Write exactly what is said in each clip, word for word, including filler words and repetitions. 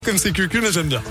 Comme c'est cucu, mais j'aime bien.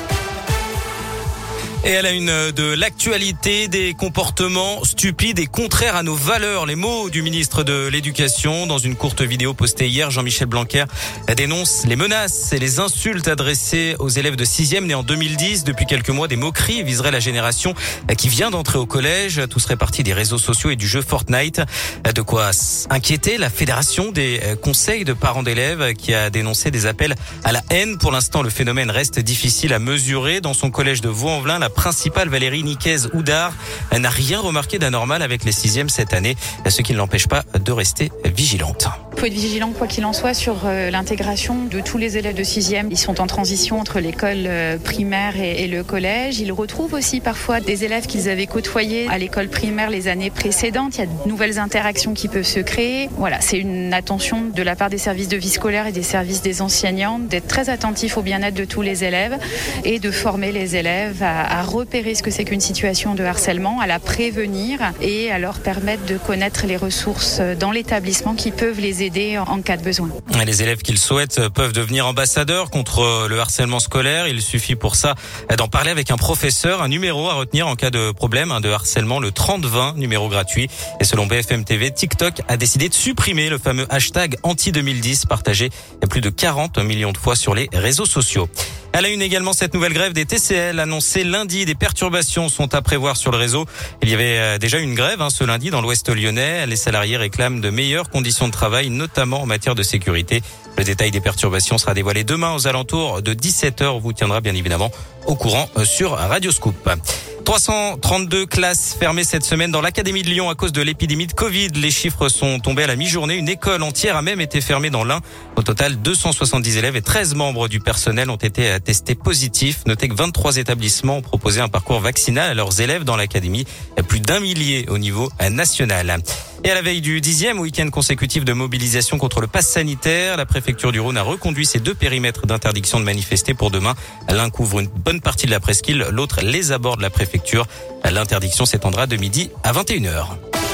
Et à la une de l'actualité, des comportements stupides et contraires à nos valeurs. Les mots du ministre de l'Éducation. Dans une courte vidéo postée hier, Jean-Michel Blanquer dénonce les menaces et les insultes adressées aux élèves de sixième nés en deux mille dix. Depuis quelques mois, des moqueries viseraient la génération qui vient d'entrer au collège. Tout serait parti des réseaux sociaux et du jeu Fortnite. De quoi inquiéter la Fédération des conseils de parents d'élèves qui a dénoncé des appels à la haine. Pour l'instant, le phénomène reste difficile à mesurer. Dans son collège de Vaux-en-Velin, la principale Valérie Nicaise-Houdard n'a rien remarqué d'anormal avec les sixièmes cette année, ce qui ne l'empêche pas de rester vigilante. Il faut être vigilant quoi qu'il en soit sur euh, l'intégration de tous les élèves de sixième. Ils sont en transition entre l'école euh, primaire et, et le collège. Ils retrouvent aussi parfois des élèves qu'ils avaient côtoyés à l'école primaire les années précédentes. Il y a de nouvelles interactions qui peuvent se créer. Voilà, c'est une attention de la part des services de vie scolaire et des services des enseignants d'être très attentifs au bien-être de tous les élèves et de former les élèves à, à repérer ce que c'est qu'une situation de harcèlement, à la prévenir et à leur permettre de connaître les ressources dans l'établissement qui peuvent les aider en cas de besoin. Les élèves qui le souhaitent peuvent devenir ambassadeurs contre le harcèlement scolaire. Il suffit pour ça d'en parler avec un professeur. Un numéro à retenir en cas de problème de harcèlement, le trente vingt, numéro gratuit. Et selon B F M T V, TikTok a décidé de supprimer le fameux hashtag anti deux mille dix partagé plus de quarante millions de fois sur les réseaux sociaux. À la une également, cette nouvelle grève des T C L annoncée lundi. Des perturbations sont à prévoir sur le réseau. Il y avait déjà une grève hein, ce lundi dans l'ouest lyonnais. Les salariés réclament de meilleures conditions de travail, notamment en matière de sécurité. Le détail des perturbations sera dévoilé demain aux alentours de dix-sept heures. On vous tiendra bien évidemment au courant sur Radio Scoop. trois cent trente-deux classes fermées cette semaine dans l'Académie de Lyon à cause de l'épidémie de Covid. Les chiffres sont tombés à la mi-journée. Une école entière a même été fermée dans l'Ain. Au total, deux cent soixante-dix élèves et treize membres du personnel ont été testés positifs. Notez que vingt-trois établissements ont proposé un parcours vaccinal à leurs élèves dans l'académie. Plus d'un millier au niveau national. Et à la veille du dixième week-end consécutif de mobilisation contre le pass sanitaire, la préfecture du Rhône a reconduit ses deux périmètres d'interdiction de manifester pour demain. L'un couvre une bonne partie de la presqu'île, l'autre les abords de la préfecture. L'interdiction s'étendra de midi à vingt et une heures.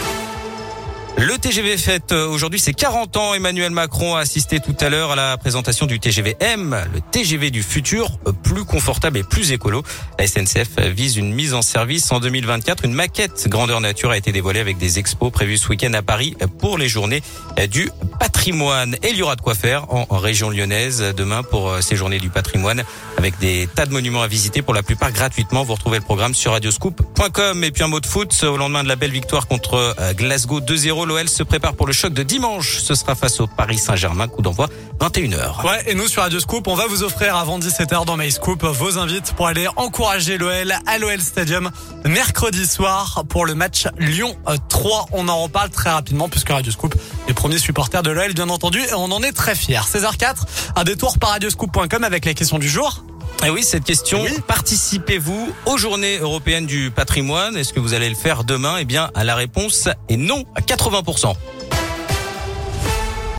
Le T G V fête aujourd'hui ses quarante ans. Emmanuel Macron a assisté tout à l'heure à la présentation du T G V M, le T G V du futur, plus confortable et plus écolo. La S N C F vise une mise en service en deux mille vingt-quatre. Une maquette grandeur nature a été dévoilée avec des expos prévus ce week-end à Paris pour les journées du patrimoine. Et il y aura de quoi faire en région lyonnaise demain pour ces journées du patrimoine avec des tas de monuments à visiter pour la plupart gratuitement. Vous retrouvez le programme sur radioscoop point com. Et puis un mot de foot, au lendemain de la belle victoire contre Glasgow deux zéro, l'O L se prépare pour le choc de dimanche. Ce sera face au Paris Saint-Germain, coup d'envoi vingt et une heures. Ouais, et nous sur Radio Scoop, on va vous offrir avant dix-sept heures dans My Scoop vos invites pour aller encourager l'O L à l'O L Stadium mercredi soir pour le match Lyon trois. On en reparle très rapidement puisque Radio Scoop est le premier supporter de l'O L bien entendu et on en est très fiers. seize heures quatre, un détour par radioscoop point com avec la question du jour. Et oui, cette question, oui. Participez-vous aux Journées européennes du patrimoine? Est-ce que vous allez le faire demain? Eh bien, la réponse est non, à quatre-vingts pour cent.